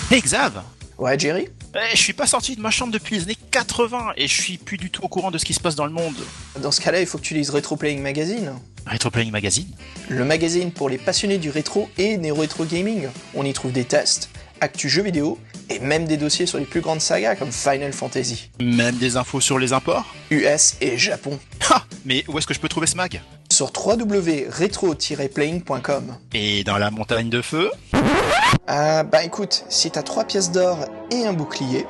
Hey Xav. Ouais, Jerry? Je suis pas sorti de ma chambre depuis les années 80 et je suis plus du tout au courant de ce qui se passe dans le monde. Dans ce cas-là, il faut que tu lises Retro Playing Magazine. Retro Playing Magazine? Le magazine pour les passionnés du rétro et néo-rétro gaming. On y trouve des tests, actus jeux vidéo et même des dossiers sur les plus grandes sagas comme Final Fantasy. Même des infos sur les imports? US et Japon. Ha! Mais où est-ce que je peux trouver ce mag? Sur www.retro-playing.com. Et dans la montagne de feu? Bah écoute, si t'as 3 pièces d'or et un bouclier...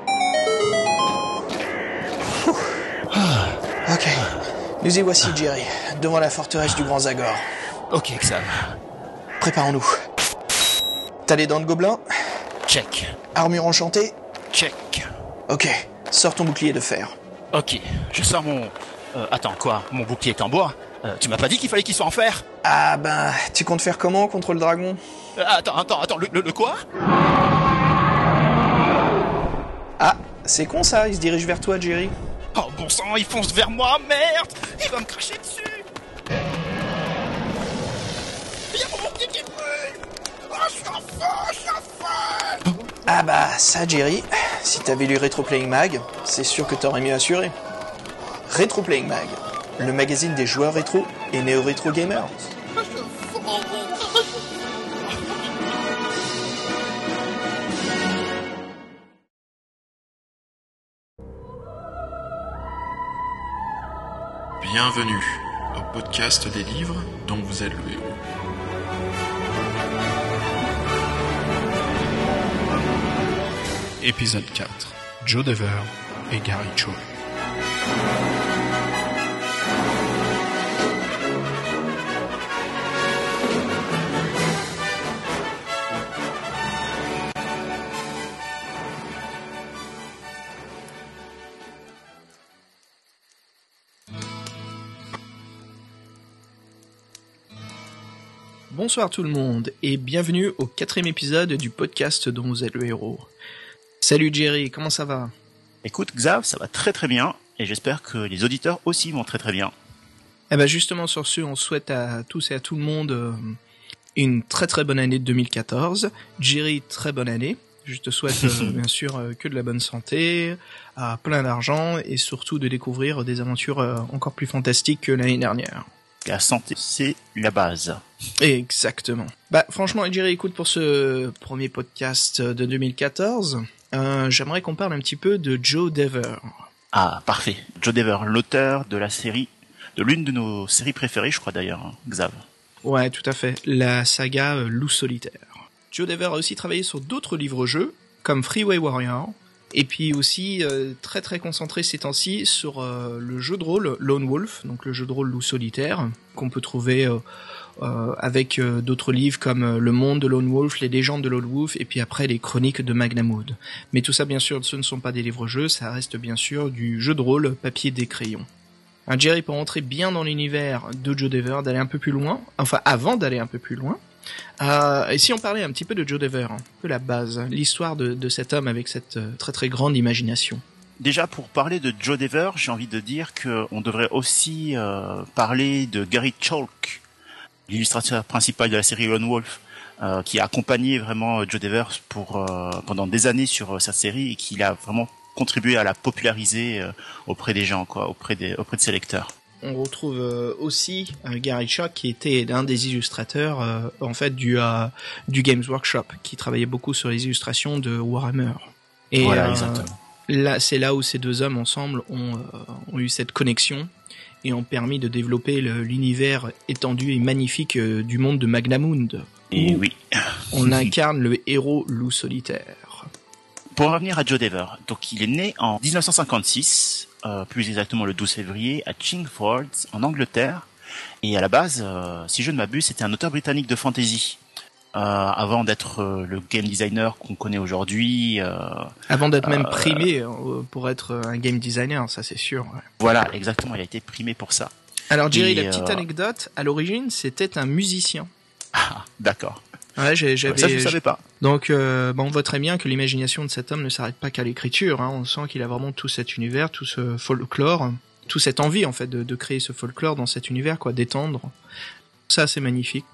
Ok, nous y voici Jerry, devant la forteresse du Grand Zagor. Ok Xav. Préparons-nous. T'as les dents de gobelin? Check. Armure enchantée? Check. Ok, sors ton bouclier de fer. Ok, je sors mon... attends, quoi? Mon bouclier est en bois? Tu m'as pas dit qu'il fallait qu'il soit en fer? Ah ben, tu comptes faire comment contre le dragon? Attends, le quoi? Ah, c'est con ça, il se dirige vers toi, Jerry. Oh bon sang, il fonce vers moi, merde! Il va me cracher dessus! Il y a mon bouclier qui brûle! Oh, je suis en feu! Ah bah, ça, Jerry, si t'avais lu Retro Playing Mag, c'est sûr que t'aurais mieux assuré. Retro Playing Mag, le magazine des joueurs rétro et néo-rétro gamers. Bienvenue au podcast des livres dont vous êtes le héros. Épisode 4. Joe Dever et Gary Choi. Bonsoir tout le monde et bienvenue au 4e épisode du podcast dont vous êtes le héros. Salut Jerry, comment ça va? Écoute Xav, ça va très très bien et j'espère que les auditeurs aussi vont très très bien. Eh ben justement sur ce, on souhaite à tous et à tout le monde une très très bonne année de 2014. Jerry, très bonne année. Je te souhaite bien sûr que de la bonne santé, plein d'argent et surtout de découvrir des aventures encore plus fantastiques que l'année dernière. La santé, c'est la base. Exactement. Bah franchement, Jerry, écoute, pour ce premier podcast de 2014, j'aimerais qu'on parle un petit peu de Joe Dever. Ah, parfait. Joe Dever, l'auteur de la série, de l'une de nos séries préférées, je crois d'ailleurs, hein, Xav. Ouais, tout à fait. La saga Loup solitaire. Joe Dever a aussi travaillé sur d'autres livres-jeux, comme Freeway Warrior, et puis aussi très très concentré ces temps-ci sur le jeu de rôle Lone Wolf, donc le jeu de rôle Loup solitaire, qu'on peut trouver avec d'autres livres comme Le Monde de Lone Wolf, Les Légendes de Lone Wolf, et puis après les Chroniques de Magnamwood. Mais tout ça, bien sûr, ce ne sont pas des livres-jeux, ça reste bien sûr du jeu de rôle papier des crayons. Jerry, pour entrer bien dans l'univers de Joe Dever, d'aller un peu plus loin, enfin avant d'aller un peu plus loin, et si on parlait un petit peu de Joe Dever, un peu la base, l'histoire de cet homme avec cette très très grande imagination. Déjà, pour parler de Joe Dever, j'ai envie de dire qu'on devrait aussi parler de Gary Chalk, l'illustrateur principal de la série Lone Wolf, qui a accompagné vraiment Joe Dever pendant des années sur cette série et qui a vraiment contribué à la populariser auprès des gens, quoi, auprès de ses lecteurs. On retrouve aussi Gary Chalk qui était l'un des illustrateurs en fait du Games Workshop, qui travaillait beaucoup sur les illustrations de Warhammer. Et voilà, exactement. Là, c'est là où ces deux hommes ensemble ont eu cette connexion et ont permis de développer l'univers étendu et magnifique du monde de Magnamwood. Et oui. On incarne le héros Loup solitaire. Pour revenir à Joe Dever, donc il est né en 1956, plus exactement le 12 février, à Chingford, en Angleterre. Et à la base, si je ne m'abuse, c'était un auteur britannique de fantasy. Avant d'être le game designer qu'on connaît aujourd'hui. Avant d'être même primé pour être un game designer, ça c'est sûr. Ouais. Voilà, exactement, il a été primé pour ça. Alors Jerry, la petite anecdote, à l'origine, c'était un musicien. Ah, d'accord. Ouais, ça je savais pas. Donc, on voit très bien que l'imagination de cet homme ne s'arrête pas qu'à l'écriture. Hein. On sent qu'il a vraiment tout cet univers, tout ce folklore, toute cette envie en fait de créer ce folklore dans cet univers, quoi, d'étendre. Ça, c'est magnifique, quoi.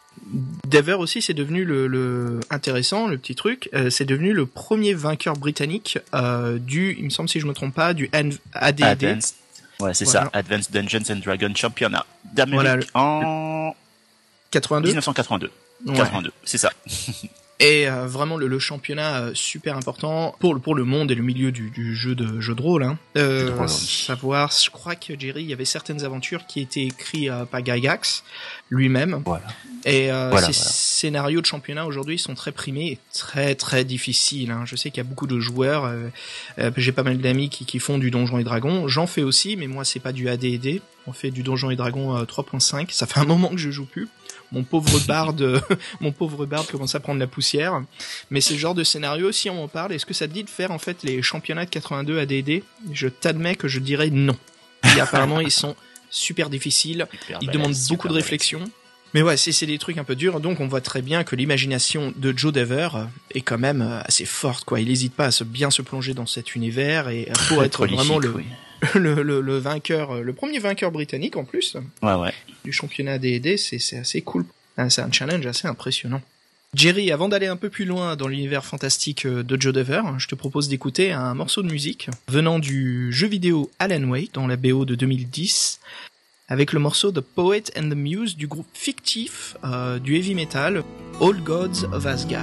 Dever aussi, c'est devenu le intéressant, le petit truc, c'est devenu le premier vainqueur britannique il me semble si je me trompe pas, du AD&D. Advanced. Ouais, c'est Voilà. ça. Advanced Dungeons and Dragons Championnat d'Amérique Voilà, en 82. 1982. Ouais. 82, c'est ça. Et vraiment le championnat super important pour le monde et le milieu du jeu de rôle. Hein. drôle, oui. Savoir, je crois que Jerry, il y avait certaines aventures qui étaient écrites par Gygax lui-même. Voilà. Et Voilà. ces scénarios de championnat aujourd'hui sont très primés et très très difficiles. Hein. Je sais qu'il y a beaucoup de joueurs. J'ai pas mal d'amis qui font du Donjons et Dragons. J'en fais aussi, mais moi c'est pas du AD&D. On fait du Donjons et Dragons 3.5. Ça fait un moment que je joue plus. Mon pauvre barde commence à prendre la poussière. Mais c'est le genre de scénario, si on en parle, est-ce que ça te dit de faire en fait les championnats de 82 AD&D? Je t'admets que je dirais non. Et apparemment ils sont super difficiles, ils demandent beaucoup de réflexion. Mais ouais, c'est des trucs un peu durs, donc on voit très bien que l'imagination de Joe Dever est quand même assez forte, quoi. Il n'hésite pas à bien se plonger dans cet univers et pour être prolifique, vraiment oui. le vainqueur, le premier vainqueur britannique en plus Ouais. du championnat AD&D, c'est assez cool. C'est un challenge assez impressionnant. Jerry, avant d'aller un peu plus loin dans l'univers fantastique de Joe Dever, je te propose d'écouter un morceau de musique venant du jeu vidéo Alan Wake dans la BO de 2010, avec le morceau The Poet and the Muse du groupe fictif du heavy metal All Gods of Asgard.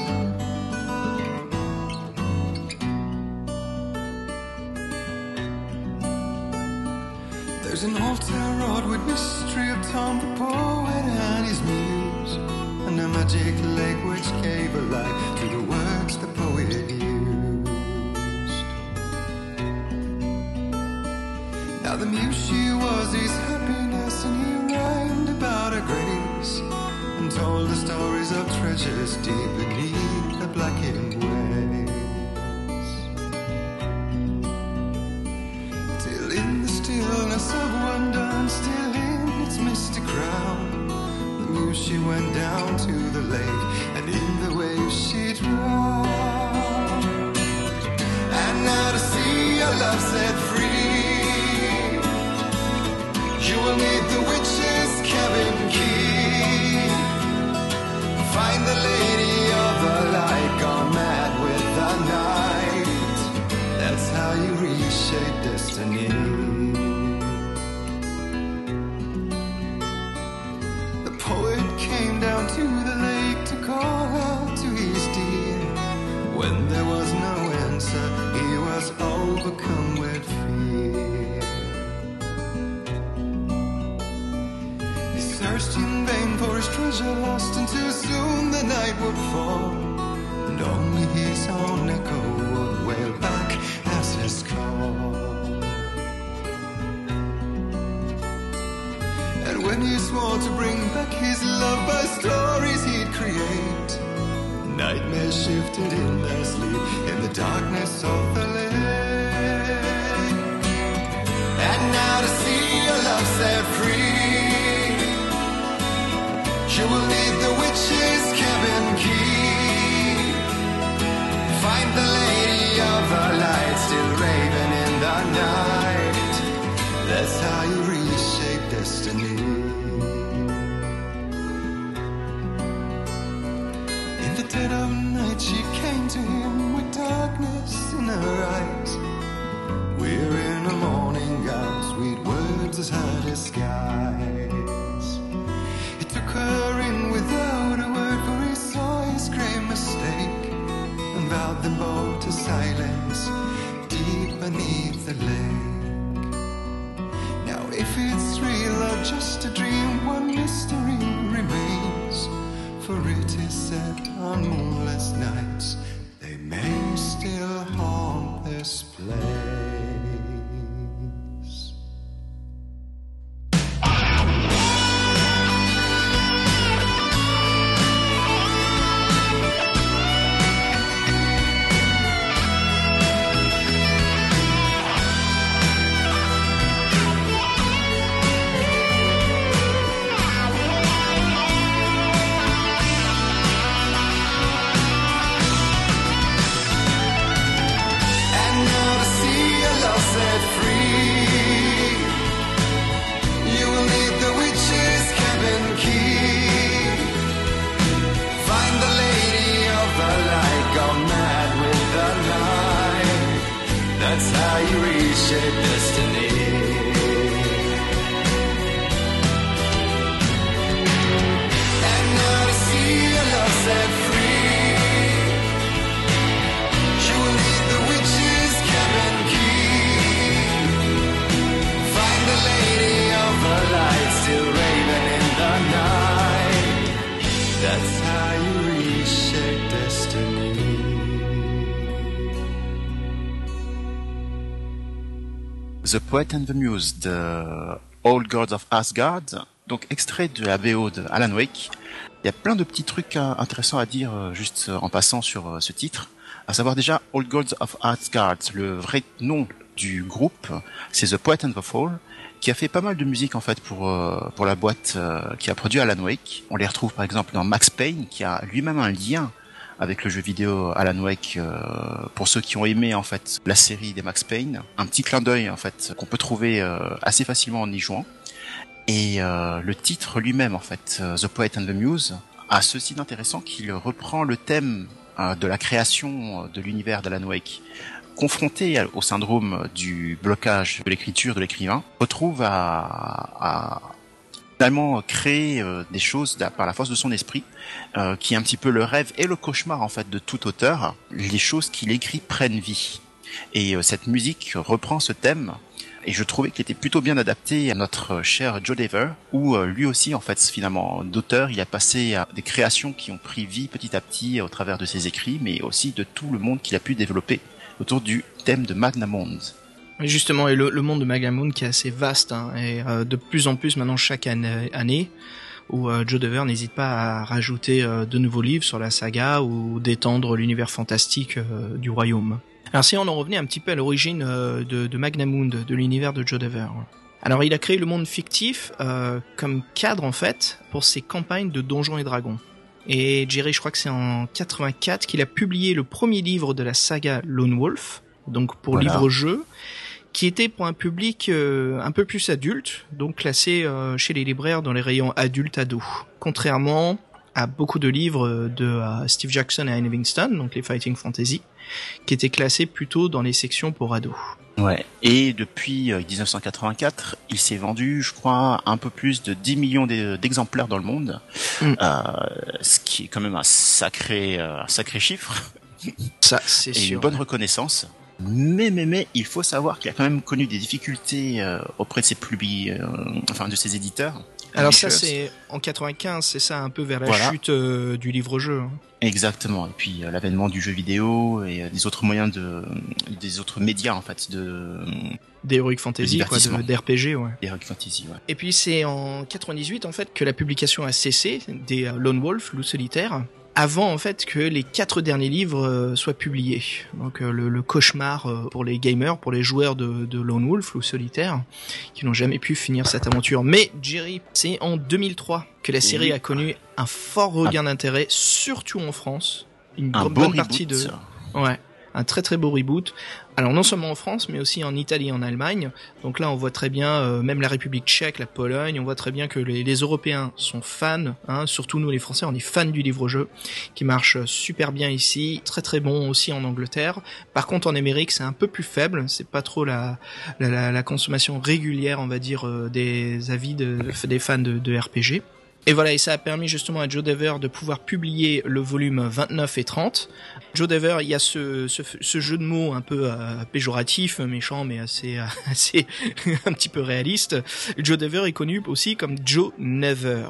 There's an altar wrought with mystery of Tom the poet and his muse, and a magic lake which gave a life to the words the poet used. Now the muse, she was his happiness, and he rhymed about her grace, and told the stories of treasures deep beneath the blackened waves. Till in the stillness of wonder, and still in its misty crown, the muse, she went down to the lake, and in the waves she drowned. And now to see your love set free, you will need the witch's cabin key. Find the lady of the light, gone mad with the night. That's how you reshape destiny. The poet came down to the lake to call out to his dear. When there was no answer, he was overcome with fear. He searched in vain for his treasure lost, and too soon the night would fall, and only his own echo would wail back as his call. And when he swore to bring back his love by stories he'd create, nightmares shifted in their sleep in the darkness of the lake. And now to see your love set free, you will need the witch's cabin key. Find the lady of the light, still raving in the night. That's how you reshape destiny. In the dead of night she came to him with darkness in her eyes. We're in a morning gown, sweet words as hard as skies. He took her in without a word, for he saw his grave mistake, and vowed them both to silence deep beneath the lake. Now if it's real or just a dream, one mystery remains, for it is said on moonless nights they may still haunt this place. That's how you reshape destiny. And now to see your love set free, she will lead the witch's cabin key. Find the lady of the light, still raving in the night. That's how you reshape destiny. The Poet and the Muse de Old Gods of Asgard, donc extrait de la BO de Alan Wake. Il y a plein de petits trucs intéressants à dire juste en passant sur ce titre. À savoir déjà Old Gods of Asgard, le vrai nom du groupe, c'est The Poet and the Fall, qui a fait pas mal de musique en fait pour la boîte qui a produit Alan Wake. On les retrouve par exemple dans Max Payne, qui a lui-même un lien avec le jeu vidéo Alan Wake, pour ceux qui ont aimé en fait la série des Max Payne, un petit clin d'œil en fait qu'on peut trouver assez facilement en y jouant. Et le titre lui-même en fait, The Poet and the Muse, a ceci d'intéressant qu'il reprend le thème de la création de l'univers d'Alan Wake. Confronté au syndrome du blocage de l'écriture de l'écrivain, retrouve à finalement créer des choses par la force de son esprit, qui est un petit peu le rêve et le cauchemar en fait de tout auteur. Les choses qu'il écrit prennent vie. Et cette musique reprend ce thème, et je trouvais qu'il était plutôt bien adapté à notre cher Joe Dever, où lui aussi en fait finalement d'auteur, il a passé à des créations qui ont pris vie petit à petit au travers de ses écrits, mais aussi de tout le monde qu'il a pu développer autour du thème de Magnamond. Et justement, et le monde de Magnamond qui est assez vaste, hein, et de plus en plus maintenant chaque année, où Joe Dever n'hésite pas à rajouter de nouveaux livres sur la saga ou d'étendre l'univers fantastique du royaume. Alors si on en revenait un petit peu à l'origine de Magnamond, de l'univers de Joe Dever. Alors il a créé le monde fictif comme cadre en fait pour ses campagnes de Donjons et Dragons. Et Jerry, je crois que c'est en 84 qu'il a publié le premier livre de la saga Lone Wolf, donc pour livre-jeu, qui était pour un public un peu plus adulte, donc classé chez les libraires dans les rayons adultes-ados. Contrairement à beaucoup de livres de Steve Jackson et Ian Livingstone, donc les Fighting Fantasy, qui étaient classés plutôt dans les sections pour ados. Ouais. Et depuis 1984, il s'est vendu, je crois, un peu plus de 10 millions d'exemplaires dans le monde, ce qui est quand même un sacré chiffre. Ça, c'est sûr. Et une bonne reconnaissance. Mais, il faut savoir qu'il a quand même connu des difficultés auprès de de ses éditeurs. Alors ça, c'est en 95, c'est ça, un peu vers la chute du livre-jeu. Exactement. Et puis l'avènement du jeu vidéo et des autres moyens des autres médias en fait des Heroic Fantasy, quoi, d'RPG, ouais. Heroic Fantasy, ouais. Et puis c'est en 98 en fait que la publication a cessé des Lone Wolf, Loup solitaire, avant en fait que les 4 derniers livres soient publiés. Donc le cauchemar pour les gamers, pour les joueurs de Lone Wolf, Loup solitaire, qui n'ont jamais pu finir cette aventure. Mais Jerry, c'est en 2003 que la série a connu un fort regain d'intérêt, surtout en France. Une bonne partie de... Ouais. Un très très beau reboot. Alors non seulement en France, mais aussi en Italie et en Allemagne. Donc là, on voit très bien, même la République tchèque, la Pologne, on voit très bien que les Européens sont fans. Hein, surtout nous, les Français, on est fans du livre-jeu, qui marche super bien ici. Très très bon aussi en Angleterre. Par contre, en Amérique, c'est un peu plus faible. C'est pas trop la consommation régulière, on va dire, des avis des fans de RPG. Et voilà, et ça a permis justement à Joe Dever de pouvoir publier le volume 29 et 30. Joe Dever, il y a ce jeu de mots un peu péjoratif, méchant, mais assez un petit peu réaliste. Joe Dever est connu aussi comme Joe Never,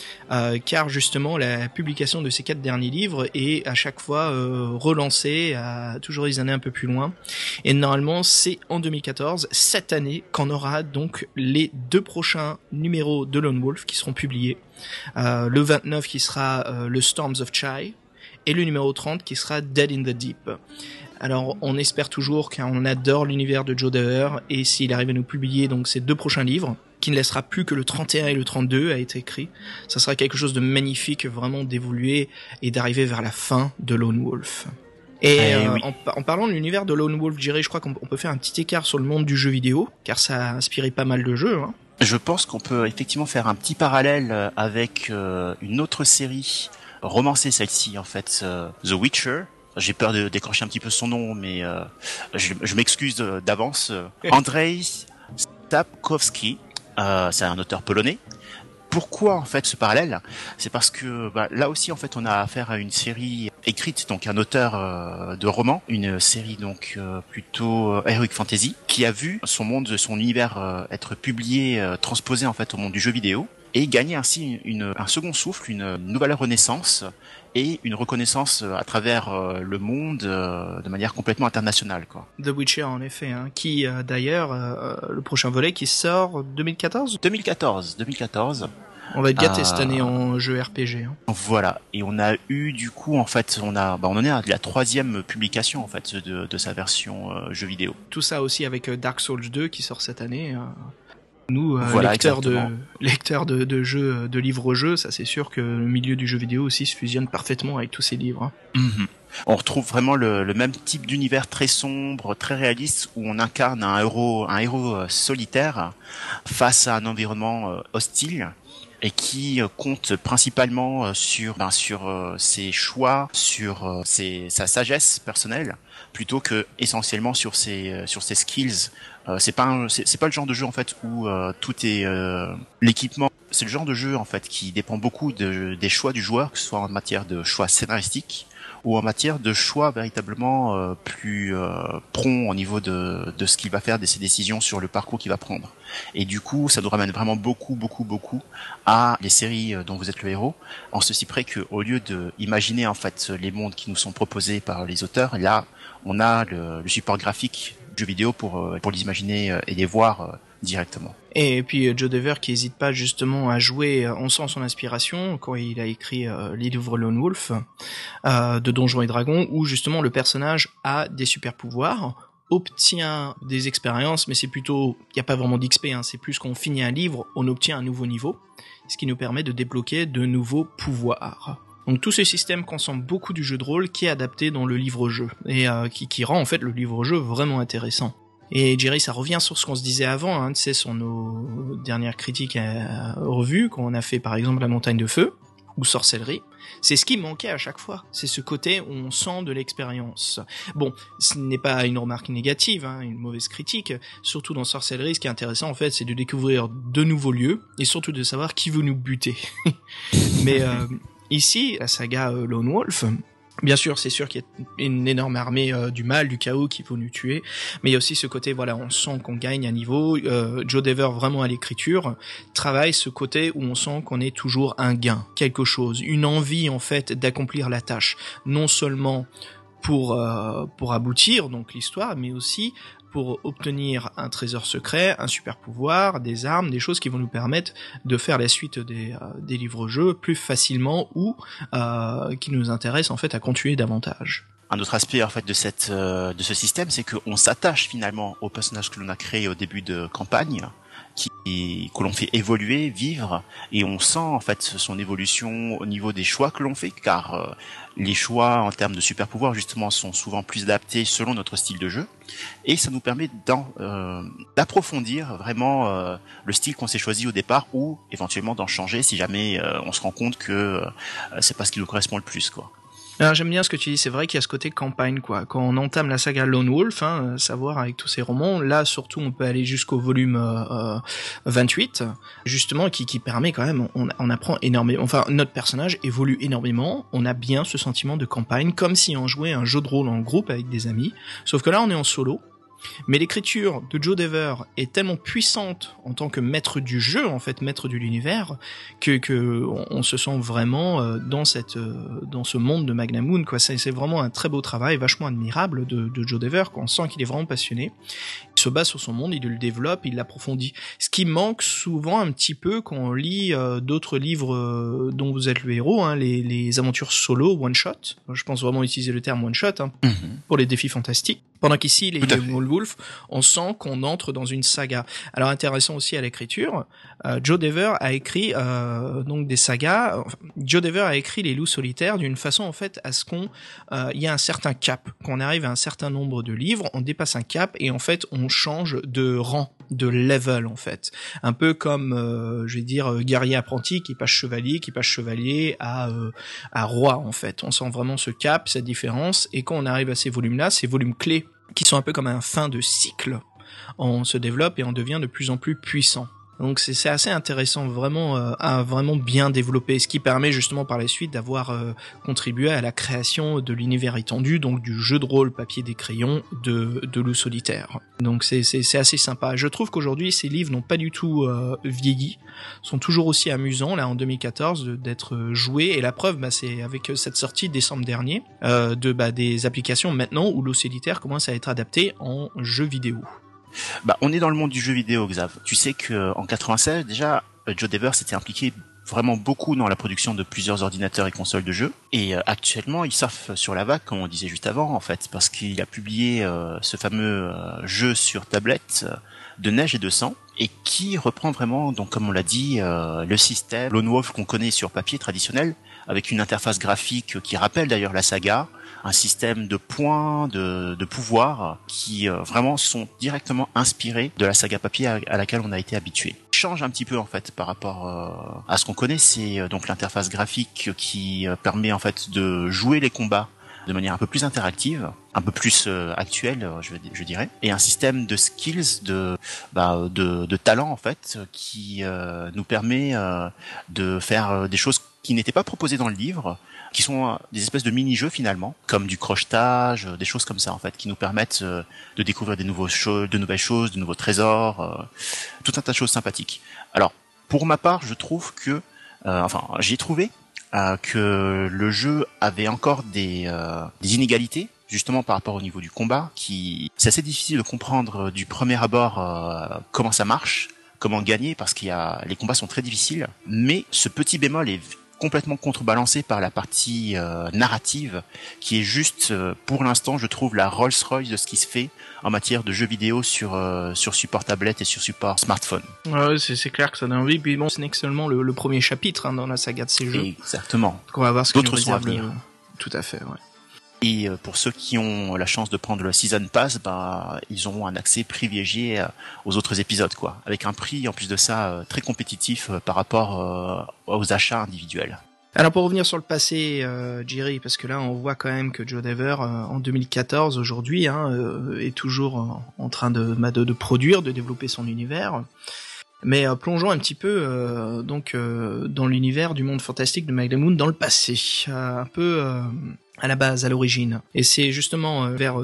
car justement la publication de ces 4 derniers livres est à chaque fois relancée à toujours des années un peu plus loin. Et normalement, c'est en 2014, cette année, qu'on aura donc les 2 prochains numéros de Lone Wolf qui seront publiés. Le 29 qui sera le Storms of Chai et le numéro 30 qui sera Dead in the Deep. Alors on espère toujours, car on adore l'univers de Joe Dever, et s'il arrive à nous publier donc ces 2 prochains livres, qui ne laissera plus que le 31 et le 32 à être écrit, ça sera quelque chose de magnifique, vraiment d'évoluer et d'arriver vers la fin de Lone Wolf. Et oui. En parlant de l'univers de Lone Wolf, je crois qu'on peut faire un petit écart sur le monde du jeu vidéo, car ça a inspiré pas mal de jeux, hein. Je pense qu'on peut effectivement faire un petit parallèle avec une autre série romancée, celle-ci en fait, The Witcher, j'ai peur de décrocher un petit peu son nom, mais je m'excuse d'avance. Andrzej Sapkowski, c'est un auteur polonais. Pourquoi en fait ce parallèle? C'est parce que là aussi en fait on a affaire à une série écrite, donc un auteur de romans, une série donc plutôt heroic fantasy, qui a vu son monde, son univers être publié, transposé en fait au monde du jeu vidéo, et gagner ainsi un second souffle, une nouvelle renaissance et une reconnaissance à travers le monde de manière complètement internationale, quoi. The Witcher en effet, hein, qui d'ailleurs le prochain volet qui sort 2014. 2014. On va être gâtés cette année en jeu RPG. Hein. Voilà, et on a eu du coup en fait on en est à la 3e publication en fait de sa version jeu vidéo. Tout ça aussi avec Dark Souls 2 qui sort cette année. Nous, voilà, lecteurs de jeux, de livres-jeux, ça c'est sûr que le milieu du jeu vidéo aussi se fusionne parfaitement avec tous ces livres. Hein. Mm-hmm. On retrouve vraiment le même type d'univers très sombre, très réaliste, où on incarne un héros solitaire face à un environnement hostile et qui compte principalement sur ses choix, sur sa sagesse personnelle, plutôt que essentiellement sur ses skills. C'est pas le genre de jeu en fait où tout est l'équipement. C'est le genre de jeu en fait qui dépend beaucoup des choix du joueur, que ce soit en matière de choix scénaristiques ou en matière de choix véritablement plus prompt au niveau de ce qu'il va faire, de ses décisions sur le parcours qu'il va prendre. Et du coup, ça nous ramène vraiment beaucoup à les séries dont vous êtes le héros, en ceci près que au lieu de imaginer en fait les mondes qui nous sont proposés par les auteurs, là, on a le support graphique du jeu vidéo pour les imaginer et les voir directement. Et puis Joe Dever qui hésite pas justement à jouer, on sent son inspiration quand il a écrit les livres Lone Wolf de Donjons et Dragons, où justement le personnage a des super pouvoirs, obtient des expériences, mais c'est plutôt, il n'y a pas vraiment d'XP, hein, c'est plus qu'on finit un livre, on obtient un nouveau niveau, ce qui nous permet de débloquer de nouveaux pouvoirs. Donc tout ce système consomme beaucoup du jeu de rôle qui est adapté dans le livre-jeu, et qui rend en fait le livre-jeu vraiment intéressant. Et Jerry, ça revient sur ce qu'on se disait avant, hein, tu sais, sur nos dernières critiques revues, quand on a fait par exemple La Montagne de Feu, ou Sorcellerie. C'est ce qui manquait à chaque fois, c'est ce côté où on sent de l'expérience. Bon, ce n'est pas une remarque négative, hein, une mauvaise critique, surtout dans Sorcellerie, ce qui est intéressant en fait, c'est de découvrir de nouveaux lieux, et surtout de savoir qui veut nous buter. Mais ici, la saga Lone Wolf... Bien sûr, c'est sûr qu'il y a une énorme armée du mal, du chaos qui veut nous tuer, mais il y a aussi ce côté, voilà, on sent qu'on gagne un niveau. Joe Dever, vraiment à l'écriture, travaille ce côté où on sent qu'on est toujours un gain, quelque chose, une envie en fait d'accomplir la tâche, non seulement pour aboutir donc l'histoire, mais aussi pour obtenir un trésor secret, un super pouvoir, des armes, des choses qui vont nous permettre de faire la suite des livres-jeux plus facilement ou qui nous intéressent en fait à continuer davantage. Un autre aspect en fait de ce système, c'est qu'on s'attache finalement au personnage que l'on a créé au début de campagne, que l'on fait évoluer, vivre, et on sent en fait son évolution au niveau des choix que l'on fait, car les choix en termes de super pouvoirs justement sont souvent plus adaptés selon notre style de jeu, et ça nous permet d'approfondir vraiment le style qu'on s'est choisi au départ, ou éventuellement d'en changer si jamais on se rend compte que c'est pas ce qui nous correspond le plus, quoi. Alors, j'aime bien ce que tu dis, c'est vrai qu'il y a ce côté campagne, quoi. Quand on entame la saga Lone Wolf, hein, savoir avec tous ces romans, là surtout on peut aller jusqu'au volume 28, justement, qui permet quand même, on apprend énormément, enfin notre personnage évolue énormément, on a bien ce sentiment de campagne, comme si on jouait un jeu de rôle en groupe avec des amis, sauf que là on est en solo. Mais l'écriture de Joe Dever est tellement puissante en tant que maître du jeu, en fait, maître de l'univers, que on se sent vraiment dans ce monde de Magnamoon, quoi. C'est vraiment un très beau travail, vachement admirable de Joe Dever, quoi. On sent qu'il est vraiment passionné. Il se base sur son monde, il le développe, il l'approfondit. Ce qui manque souvent un petit peu quand on lit d'autres livres dont vous êtes le héros, hein, les aventures solo, one shot. Je pense vraiment utiliser le terme one shot, hein, pour les défis fantastiques. Pendant qu'ici, les Wolf, on sent qu'on entre dans une saga. Alors intéressant aussi à l'écriture, Joe Dever a écrit donc des sagas. Joe Dever a écrit les Loups solitaires d'une façon en fait à ce qu'on il y a un certain cap, qu'on arrive à un certain nombre de livres, on dépasse un cap et en fait on change de rang, de level en fait. Un peu comme je vais dire guerrier apprenti qui passe chevalier à roi en fait. On sent vraiment ce cap, cette différence, et quand on arrive à ces volumes-là, ces volumes clés qui sont un peu comme un fin de cycle, on se développe et on devient de plus en plus puissant. Donc c'est assez intéressant, vraiment à vraiment bien développer, ce qui permet justement par la suite d'avoir contribué à la création de l'univers étendu, donc du jeu de rôle papier des crayons de Loup solitaire. Donc c'est assez sympa. Je trouve qu'aujourd'hui ces livres n'ont pas du tout vieilli, sont toujours aussi amusants là en 2014 d'être joués, et la preuve c'est avec cette sortie décembre dernier des applications maintenant où Loup solitaire commence à être adapté en jeu vidéo. On est dans le monde du jeu vidéo, Xav. Tu sais que en 96 déjà, Joe Dever s'était impliqué vraiment beaucoup dans la production de plusieurs ordinateurs et consoles de jeux. Et actuellement, il surfe sur la vague, comme on disait juste avant, en fait, parce qu'il a publié ce fameux jeu sur tablette de neige et de sang, et qui reprend vraiment, donc comme on l'a dit, le système Lone Wolf qu'on connaît sur papier traditionnel, avec une interface graphique qui rappelle d'ailleurs la saga, un système de points, de pouvoirs qui vraiment sont directement inspirés de la saga papier à laquelle on a été habitué. Change un petit peu en fait par rapport à ce qu'on connaît, c'est donc l'interface graphique qui permet en fait de jouer les combats de manière un peu plus interactive, un peu plus actuelle, je dirais, et un système de skills, de talent en fait, qui nous permet de faire des choses qui n'étaient pas proposées dans le livre, qui sont des espèces de mini-jeux finalement, comme du crochetage, des choses comme ça en fait, qui nous permettent de découvrir de nouvelles choses, de nouveaux trésors, tout un tas de choses sympathiques. Alors, pour ma part, je trouve que, j'ai trouvé que le jeu avait encore des inégalités, justement par rapport au niveau du combat, c'est assez difficile de comprendre du premier abord comment ça marche, comment gagner, parce les combats sont très difficiles, mais ce petit bémol est complètement contrebalancé par la partie narrative, qui est juste, pour l'instant, je trouve la Rolls-Royce de ce qui se fait en matière de jeux vidéo sur support tablette et sur support smartphone. Ouais, c'est clair que ça donne envie. Puis bon, ce n'est que seulement le premier chapitre dans la saga de ces jeux. Exactement. Donc on va voir ce d'autres sont à venir. Tout à fait, ouais. Et pour ceux qui ont la chance de prendre le Season Pass, ils auront un accès privilégié aux autres épisodes, quoi, avec un prix en plus de ça très compétitif par rapport aux achats individuels. Alors pour revenir sur le passé, Jerry, parce que là on voit quand même que Joe Dever en 2014 aujourd'hui est toujours en train de produire, de développer son univers. Mais plongeons un petit peu dans l'univers du monde fantastique de Magnamund dans le passé, un peu à la base, à l'origine. Et c'est justement vers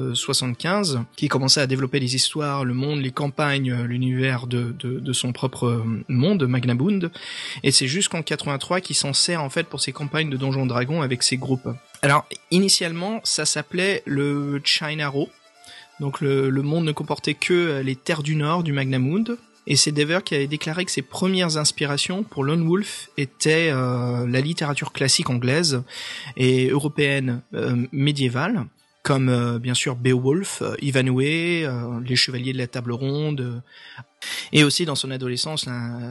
75 qu'il commençait à développer les histoires, le monde, les campagnes, l'univers de son propre monde, Magnamund. Et c'est jusqu'en 83 qu'il s'en sert en fait pour ses campagnes de Donjons & Dragons avec ses groupes. Alors initialement, ça s'appelait le China-Ro. Donc le monde ne comportait que les terres du nord du Magnamund. Et c'est Dever qui avait déclaré que ses premières inspirations pour Lone Wolf étaient la littérature classique anglaise et européenne médiévale, comme bien sûr Beowulf, Ivanhoe, les Chevaliers de la Table Ronde, et aussi dans son adolescence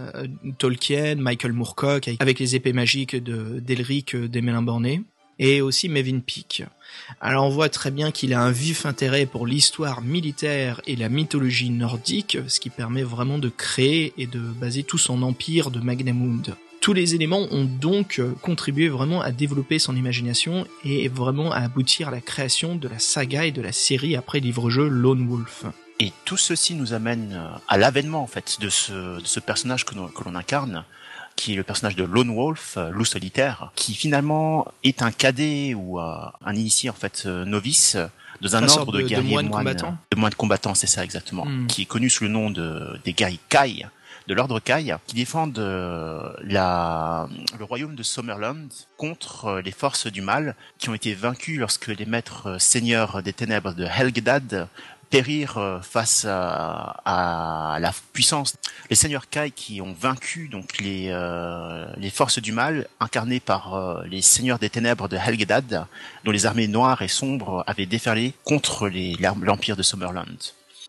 Tolkien, Michael Moorcock avec les épées magiques d'Elric des Mélimbornés, et aussi Mevin Peake. Alors on voit très bien qu'il a un vif intérêt pour l'histoire militaire et la mythologie nordique, ce qui permet vraiment de créer et de baser tout son empire de Magnamund. Tous les éléments ont donc contribué vraiment à développer son imagination et vraiment à aboutir à la création de la saga et de la série après livre-jeu Lone Wolf. Et tout ceci nous amène à l'avènement en fait de ce personnage que l'on incarne, qui est le personnage de Lone Wolf, Loup solitaire, qui finalement est un cadet ou un initié en fait novice dans un ordre de guerriers moines combattants, c'est ça exactement, qui est connu sous le nom des guerriers Kai, de l'ordre Kai, qui défendent le royaume de Summerland contre les forces du mal qui ont été vaincues lorsque les maîtres seigneurs des ténèbres de Helgedad périr face à la puissance. Les seigneurs Kai qui ont vaincu donc les forces du mal incarnées par les seigneurs des ténèbres de Helgedad, dont les armées noires et sombres avaient déferlé contre l'empire de Summerland.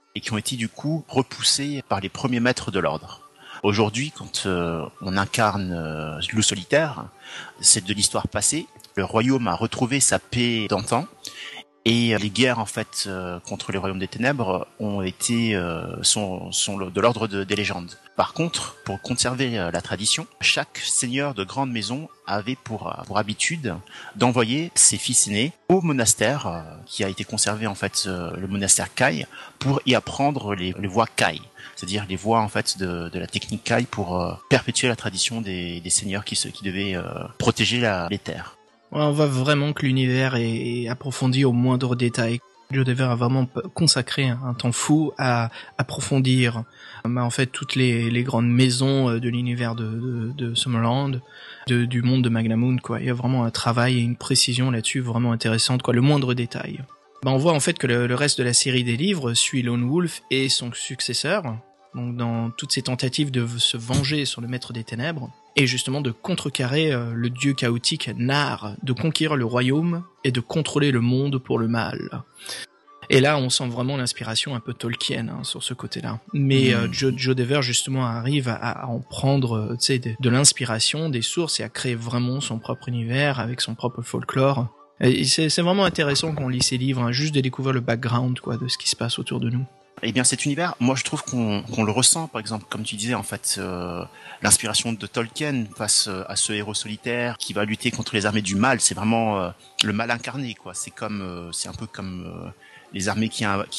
et qui ont été du coup repoussés par les premiers maîtres de l'ordre. Aujourd'hui, quand on incarne Loup Solitaire, c'est de l'histoire passée. Le royaume a retrouvé sa paix d'antan. Et les guerres en fait contre les royaumes des ténèbres ont été sont de l'ordre des légendes. Par contre, pour conserver la tradition, chaque seigneur de grande maison avait pour habitude d'envoyer ses fils aînés au monastère qui a été conservé en fait le monastère Kai pour y apprendre les voies Kai, c'est-à-dire les voies en fait de la technique Kai pour perpétuer la tradition des seigneurs qui devaient protéger les terres. On voit vraiment que l'univers est approfondi au moindre détail. Joe Dever a vraiment consacré un temps fou à approfondir en fait toutes les grandes maisons de l'univers de Summerland, du monde de Magna-Moon, quoi. Il y a vraiment un travail et une précision là-dessus vraiment intéressante, quoi, le moindre détail. On voit en fait que le reste de la série des livres suit Lone Wolf et son successeur, donc dans toutes ces tentatives de se venger sur le maître des ténèbres, et justement de contrecarrer le dieu chaotique Nar, de conquérir le royaume et de contrôler le monde pour le mal. Et là, on sent vraiment l'inspiration un peu Tolkien sur ce côté-là. Mais Joe Dever, justement, arrive à en prendre de l'inspiration, des sources, et à créer vraiment son propre univers avec son propre folklore. Et c'est vraiment intéressant qu'on lit ces livres, juste de découvrir le background, quoi, de ce qui se passe autour de nous. Eh bien, cet univers, moi, je trouve qu'on le ressent, par exemple, comme tu disais, en fait, l'inspiration de Tolkien face à ce héros solitaire qui va lutter contre les armées du mal. C'est vraiment le mal incarné, quoi. C'est un peu comme les armées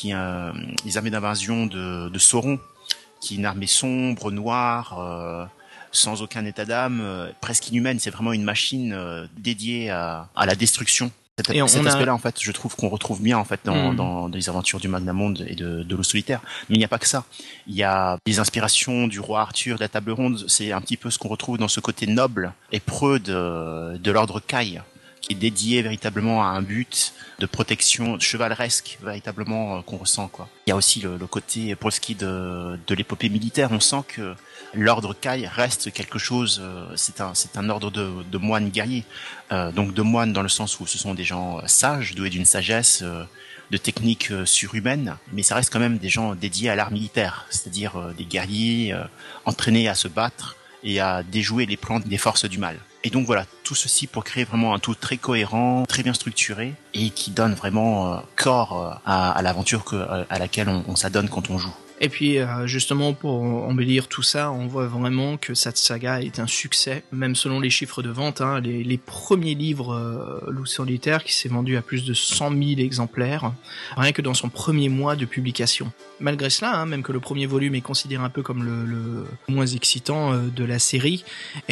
les armées d'invasion de Sauron, qui est une armée sombre, noire, sans aucun état d'âme, presque inhumaine. C'est vraiment une machine dédiée à la destruction. Cet aspect-là, en fait, je trouve qu'on retrouve bien, en fait, dans les aventures du Magna-Monde et de Loup Solitaire. Mais il n'y a pas que ça. Il y a des inspirations du roi Arthur, de la table ronde. C'est un petit peu ce qu'on retrouve dans ce côté noble et preux de l'ordre Kai, qui est dédié véritablement à un but de protection chevaleresque, véritablement, qu'on ressent, quoi. Il y a aussi le côté polski de l'épopée militaire. On sent que l'ordre Kai reste quelque chose, c'est un ordre de moines guerriers, donc de moines dans le sens où ce sont des gens sages, doués d'une sagesse, de techniques surhumaines, mais ça reste quand même des gens dédiés à l'art militaire, c'est-à-dire des guerriers entraînés à se battre et à déjouer les plans des forces du mal. Et donc voilà, tout ceci pour créer vraiment un tout très cohérent, très bien structuré, et qui donne vraiment corps à l'aventure à laquelle on s'adonne quand on joue. Et puis justement pour embellir tout ça, on voit vraiment que cette saga est un succès, même selon les chiffres de vente. Les premiers livres Loup Solitaire qui s'est vendu à plus de 100 000 exemplaires, rien que dans son premier mois de publication. Malgré cela, même que le premier volume est considéré un peu comme le moins excitant de la série,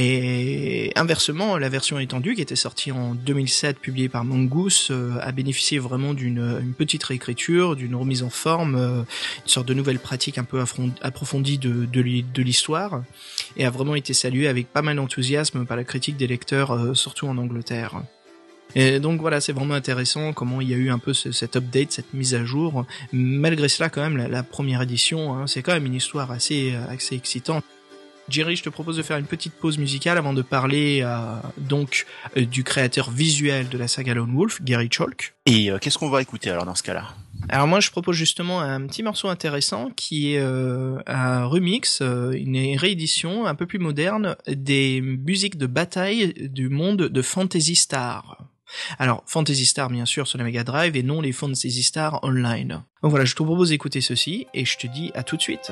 et inversement, la version étendue qui était sortie en 2007, publiée par Mongoose, a bénéficié vraiment d'une petite réécriture, d'une remise en forme, une sorte de nouvelle pratique un peu approfondie de l'histoire, et a vraiment été saluée avec pas mal d'enthousiasme par la critique des lecteurs, surtout en Angleterre. Et donc voilà, c'est vraiment intéressant comment il y a eu un peu cet update, cette mise à jour. Malgré cela, quand même, la première édition, c'est quand même une histoire assez excitante. Jerry, je te propose de faire une petite pause musicale avant de parler du créateur visuel de la saga Lone Wolf, Gary Chalk. Et qu'est-ce qu'on va écouter alors dans ce cas-là ? Alors moi je propose justement un petit morceau intéressant qui est un remix, une réédition un peu plus moderne des musiques de bataille du monde de Phantasy Star. Alors, Phantasy Star, bien sûr, sur la Mega Drive, et non les Phantasy Star Online. Donc voilà, je te propose d'écouter ceci, et je te dis à tout de suite.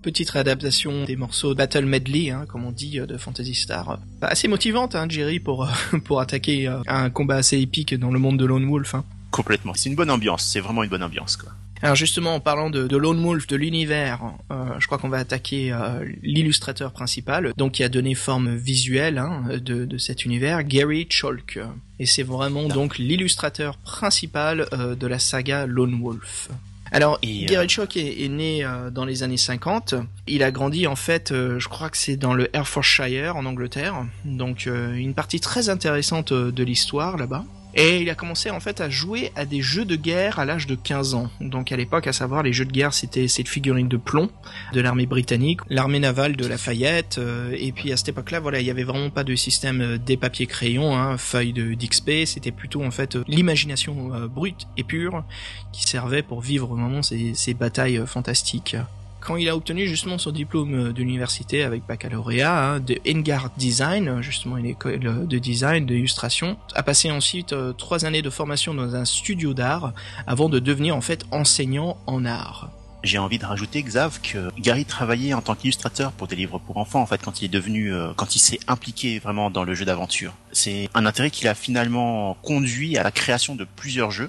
Petite réadaptation des morceaux Battle Medley, hein, comme on dit, de Phantasy Star. Assez motivante, hein, Jerry, pour attaquer un combat assez épique dans le monde de Lone Wolf. Hein. Complètement. C'est une bonne ambiance. C'est vraiment une bonne ambiance, quoi. Alors justement, en parlant de Lone Wolf, de l'univers, je crois qu'on va attaquer l'illustrateur principal, donc qui a donné forme visuelle de cet univers, Gary Chalk. Et c'est vraiment donc l'illustrateur principal de la saga Lone Wolf. Alors, Gary Chalk est né dans les années 50. Il a grandi, en fait, je crois que c'est dans le Hertfordshire, en Angleterre. Donc, une partie très intéressante de l'histoire, là-bas. Et il a commencé en fait à jouer à des jeux de guerre à l'âge de 15 ans. Donc à l'époque, à savoir, les jeux de guerre, c'était cette figurine de plomb de l'armée britannique, l'armée navale de Lafayette, et puis à cette époque-là, voilà, il y avait vraiment pas de système des papiers crayons, hein, feuilles d'XP, c'était plutôt en fait l'imagination brute et pure qui servait pour vivre vraiment ces batailles fantastiques. Quand il a obtenu justement son diplôme de l'université avec baccalauréat de Engar Design, justement une école de design, d'illustration, a passé ensuite 3 années de formation dans un studio d'art avant de devenir en fait enseignant en art. J'ai envie de rajouter, Xav, que Gary travaillait en tant qu'illustrateur pour des livres pour enfants, en fait, quand il s'est impliqué vraiment dans le jeu d'aventure. C'est un intérêt qu'il a finalement conduit à la création de plusieurs jeux.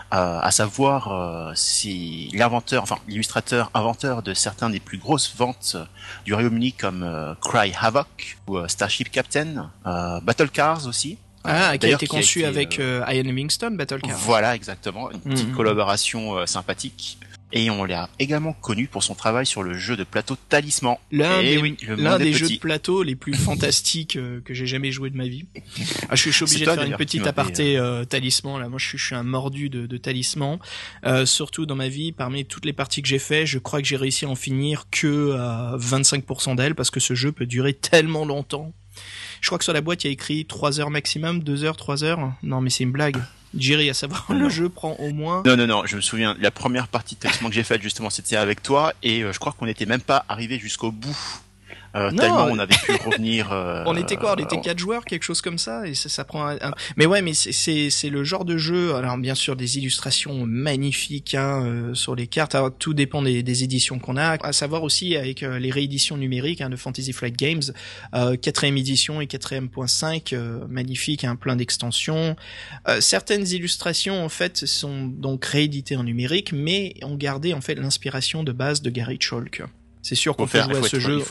À savoir, c'est l'illustrateur inventeur de certains des plus grosses ventes du Royaume-Uni comme Cry Havoc ou Starship Captain, Battle Cars aussi. Qui a été conçu avec Ian Livingstone, Battle Cars. Voilà, exactement, une petite collaboration sympathique. Et on l'a également connu pour son travail sur le jeu de plateau Talisman. L'un des jeux de plateau les plus fantastiques que j'ai jamais joué de ma vie. Je suis obligé de faire une petite aparté Talisman. Là, moi, je suis un mordu de Talisman. Surtout dans ma vie, parmi toutes les parties que j'ai fait, je crois que j'ai réussi à en finir que à 25% d'elles parce que ce jeu peut durer tellement longtemps. Je crois que sur la boîte, il y a écrit 3 heures maximum, 2 heures, 3 heures. Non, mais c'est une blague. Jerry, à savoir, le jeu prend au moins... Non, je me souviens, la première partie de Talisman que j'ai faite, justement, c'était avec toi, et je crois qu'on n'était même pas arrivé jusqu'au bout. Tellement on avait pu revenir... on était quoi? On était 4 joueurs, quelque chose comme ça, et ça prend Mais ouais, mais c'est le genre de jeu, alors bien sûr des illustrations magnifiques sur les cartes, alors, tout dépend des éditions qu'on a, à savoir aussi avec les rééditions numériques de Fantasy Flight Games, 4ème édition et 4ème.5, magnifique, plein d'extensions. Certaines illustrations en fait sont donc rééditées en numérique, mais ont gardé en fait l'inspiration de base de Gary Chalk. C'est sûr qu'on peut jouer à ce jeu.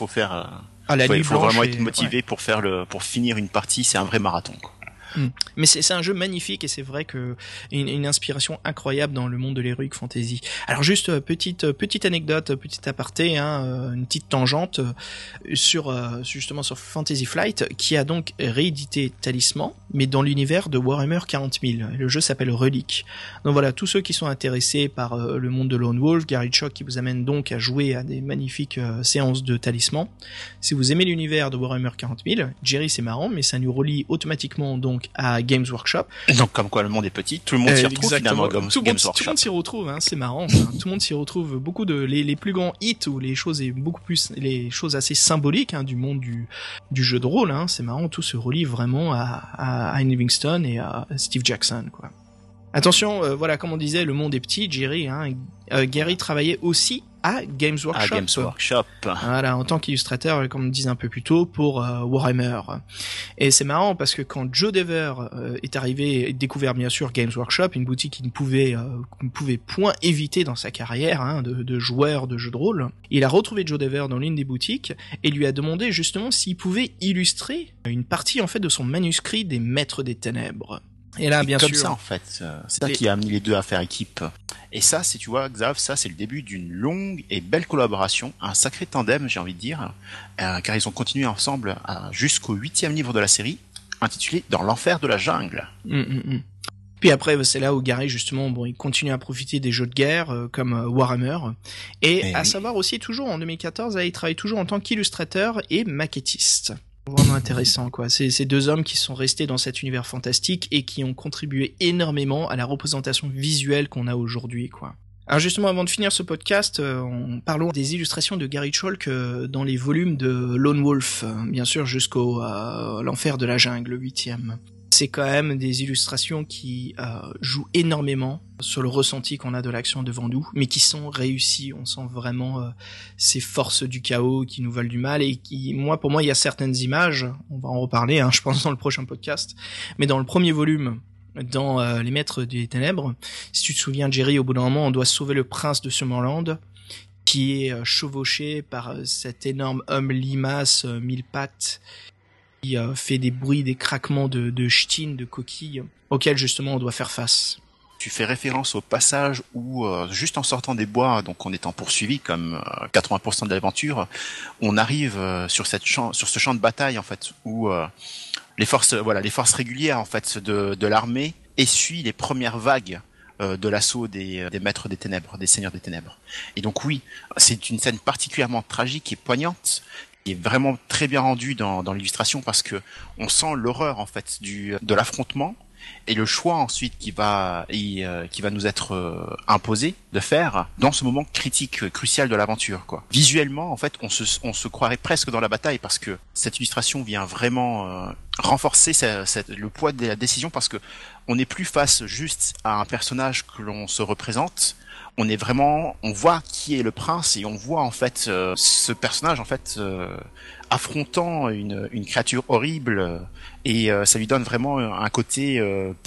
Il faut vraiment être motivé pour finir une partie. C'est un vrai marathon, quoi. Mais c'est un jeu magnifique et c'est vrai que une inspiration incroyable dans le monde de l'heroic fantasy. Alors juste petite anecdote, petite aparté, une petite tangente justement sur Fantasy Flight qui a donc réédité Talisman, mais dans l'univers de Warhammer 40 000. Le jeu s'appelle Relic. Donc voilà, tous ceux qui sont intéressés par le monde de Lone Wolf, Gary Chalk qui vous amène donc à jouer à des magnifiques séances de Talisman. Si vous aimez l'univers de Warhammer 40 000, Jerry c'est marrant, mais ça nous relie automatiquement donc à Games Workshop. Donc comme quoi le monde est petit, tout le monde s'y retrouve finalement comme Games Workshop. Tout le monde s'y retrouve, c'est marrant. Ça. Tout le monde s'y retrouve. Beaucoup de les plus grands hits ou les choses assez symboliques du monde du jeu de rôle. C'est marrant, tout se relie vraiment à Ian Livingstone et à Steve Jackson, quoi. Attention, voilà, comme on disait, le monde est petit. Jerry, Gary travaillait aussi à Games Workshop. À Games Workshop. Voilà, en tant qu'illustrateur, comme on disait un peu plus tôt, pour Warhammer. Et c'est marrant parce que quand Joe Dever est arrivé et découvert bien sûr Games Workshop, une boutique qu'il ne pouvait point éviter dans sa carrière de joueur de jeux de rôle, il a retrouvé Joe Dever dans l'une des boutiques et lui a demandé justement s'il pouvait illustrer une partie en fait de son manuscrit des Maîtres des Ténèbres. Et là, bien sûr. Comme ça, en fait. C'est ça qui a amené les deux à faire équipe. Et ça, tu vois, Xav, ça, c'est le début d'une longue et belle collaboration, un sacré tandem, j'ai envie de dire, car ils ont continué ensemble jusqu'au 8e livre de la série, intitulé Dans l'enfer de la jungle. Puis après, c'est là où Gary, justement, il continue à profiter des jeux de guerre, comme Warhammer. Et à savoir aussi, toujours en 2014, il travaille toujours en tant qu'illustrateur et maquettiste. Vraiment intéressant, quoi. C'est 2 hommes qui sont restés dans cet univers fantastique et qui ont contribué énormément à la représentation visuelle qu'on a aujourd'hui, quoi. Alors justement, avant de finir ce podcast, parlons des illustrations de Gary Chalk dans les volumes de Lone Wolf, bien sûr jusqu'au l'enfer de la jungle, le 8e. C'est quand même des illustrations qui jouent énormément sur le ressenti qu'on a de l'action devant nous, mais qui sont réussies. On sent vraiment ces forces du chaos qui nous veulent du mal et qui, pour moi, il y a certaines images, on va en reparler, je pense dans le prochain podcast, mais dans le premier volume, dans Les Maîtres des Ténèbres, si tu te souviens, Jerry, au bout d'un moment, on doit sauver le prince de Summerland, qui est chevauché par cet énorme homme limace, mille pattes, qui fait des bruits, des craquements de ch'tines, de coquilles, auxquels justement on doit faire face. Tu fais référence au passage où, juste en sortant des bois, donc en étant poursuivi, comme 80% de l'aventure, on arrive sur ce champ de bataille en fait, où les forces régulières en fait de l'armée essuient les premières vagues de l'assaut des maîtres des ténèbres, des seigneurs des ténèbres. Et donc oui, c'est une scène particulièrement tragique et poignante, qui est vraiment très bien rendue dans l'illustration, parce que on sent l'horreur en fait de l'affrontement et le choix ensuite qui va nous être imposé de faire dans ce moment critique, crucial de l'aventure, quoi. Visuellement, en fait, on se croirait presque dans la bataille, parce que cette illustration vient vraiment renforcer le poids de la décision, parce que on n'est plus face juste à un personnage que l'on se représente. On voit qui est le prince, et on voit en fait ce personnage en fait affrontant une créature horrible, et ça lui donne vraiment un côté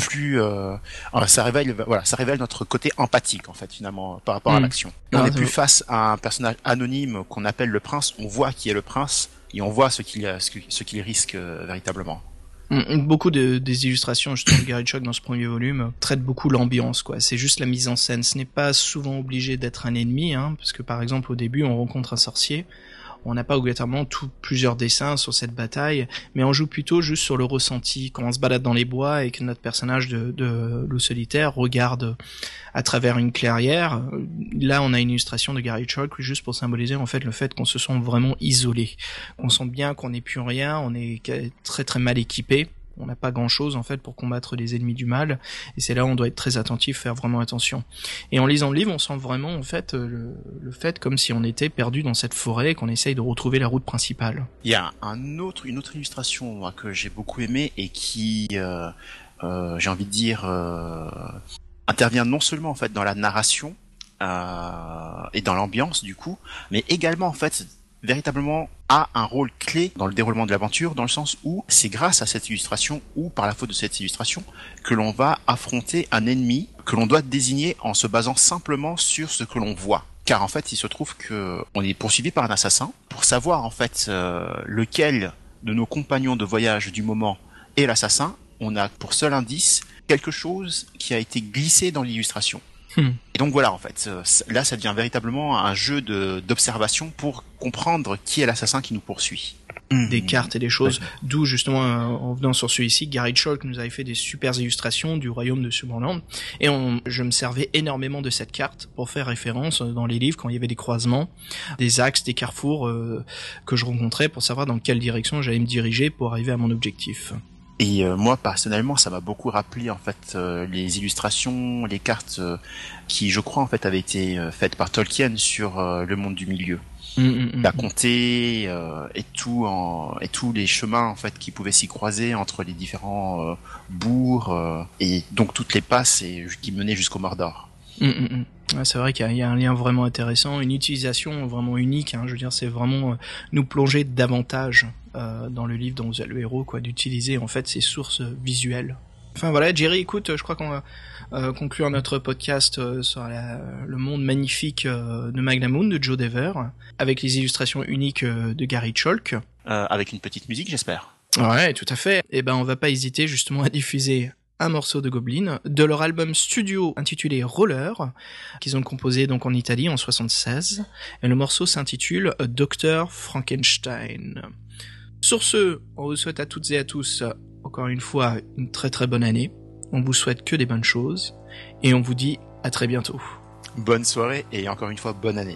ça révèle notre côté empathique en fait, finalement, par rapport à l'action. On n'est plus face à un personnage anonyme qu'on appelle le prince, on voit qui est le prince et on voit ce qu'il risque véritablement. Beaucoup des illustrations justement de Gary Chalk dans ce premier volume traitent beaucoup l'ambiance, quoi. C'est juste la mise en scène. Ce n'est pas souvent obligé d'être un ennemi, parce que par exemple au début on rencontre un sorcier. On n'a pas obligatoirement plusieurs dessins sur cette bataille, mais on joue plutôt juste sur le ressenti. Quand on se balade dans les bois et que notre personnage de Loup Solitaire regarde à travers une clairière, là on a une illustration de Gary Chalk juste pour symboliser en fait le fait qu'on se sent vraiment isolé. On sent bien qu'on n'est plus rien, on est très très mal équipé. On n'a pas grand chose en fait pour combattre les ennemis du mal, et c'est là où on doit être très attentif, faire vraiment attention. Et en lisant le livre, on sent vraiment en fait le fait comme si on était perdu dans cette forêt et qu'on essaye de retrouver la route principale. Il y a une autre illustration, moi, que j'ai beaucoup aimé et qui, j'ai envie de dire, intervient non seulement en fait dans la narration et dans l'ambiance du coup, mais également en fait véritablement a un rôle clé dans le déroulement de l'aventure, dans le sens où c'est grâce à cette illustration, ou par la faute de cette illustration, que l'on va affronter un ennemi que l'on doit désigner en se basant simplement sur ce que l'on voit. Car en fait, il se trouve que on est poursuivi par un assassin. Pour savoir en fait lequel de nos compagnons de voyage du moment est l'assassin, on a pour seul indice quelque chose qui a été glissé dans l'illustration. Et donc voilà, en fait, là ça devient véritablement un jeu d'observation pour comprendre qui est l'assassin qui nous poursuit. Des cartes et des choses, d'où justement en venant sur celui-ci, Gary Chalk nous avait fait des super illustrations du royaume de Summerland, et je me servais énormément de cette carte pour faire référence dans les livres quand il y avait des croisements, des axes, des carrefours que je rencontrais, pour savoir dans quelle direction j'allais me diriger pour arriver à mon objectif. Et moi personnellement, ça m'a beaucoup rappelé en fait les illustrations, les cartes qui, je crois en fait, avaient été faites par Tolkien sur le monde du milieu. La comté et tous les chemins en fait qui pouvaient s'y croiser entre les différents bourgs et donc toutes les passes qui menaient jusqu'au Mordor. Ouais, c'est vrai qu'il y a un lien vraiment intéressant, une utilisation vraiment unique. Je veux dire, c'est vraiment nous plonger davantage dans le livre dont vous êtes le héros, quoi, d'utiliser en fait ces sources visuelles. Enfin voilà, Jerry, écoute, je crois qu'on va conclure notre podcast sur le monde magnifique de Magnum Moon de Joe Dever, avec les illustrations uniques de Gary Chalk. Avec une petite musique, j'espère. Ouais, tout à fait. Et on va pas hésiter justement à diffuser un morceau de Goblin de leur album studio intitulé Roller, qu'ils ont composé donc en Italie en 1976, et le morceau s'intitule Dr Frankenstein. Sur ce, on vous souhaite à toutes et à tous encore une fois une très très bonne année. On vous souhaite que des bonnes choses et on vous dit à très bientôt. Bonne soirée et encore une fois bonne année.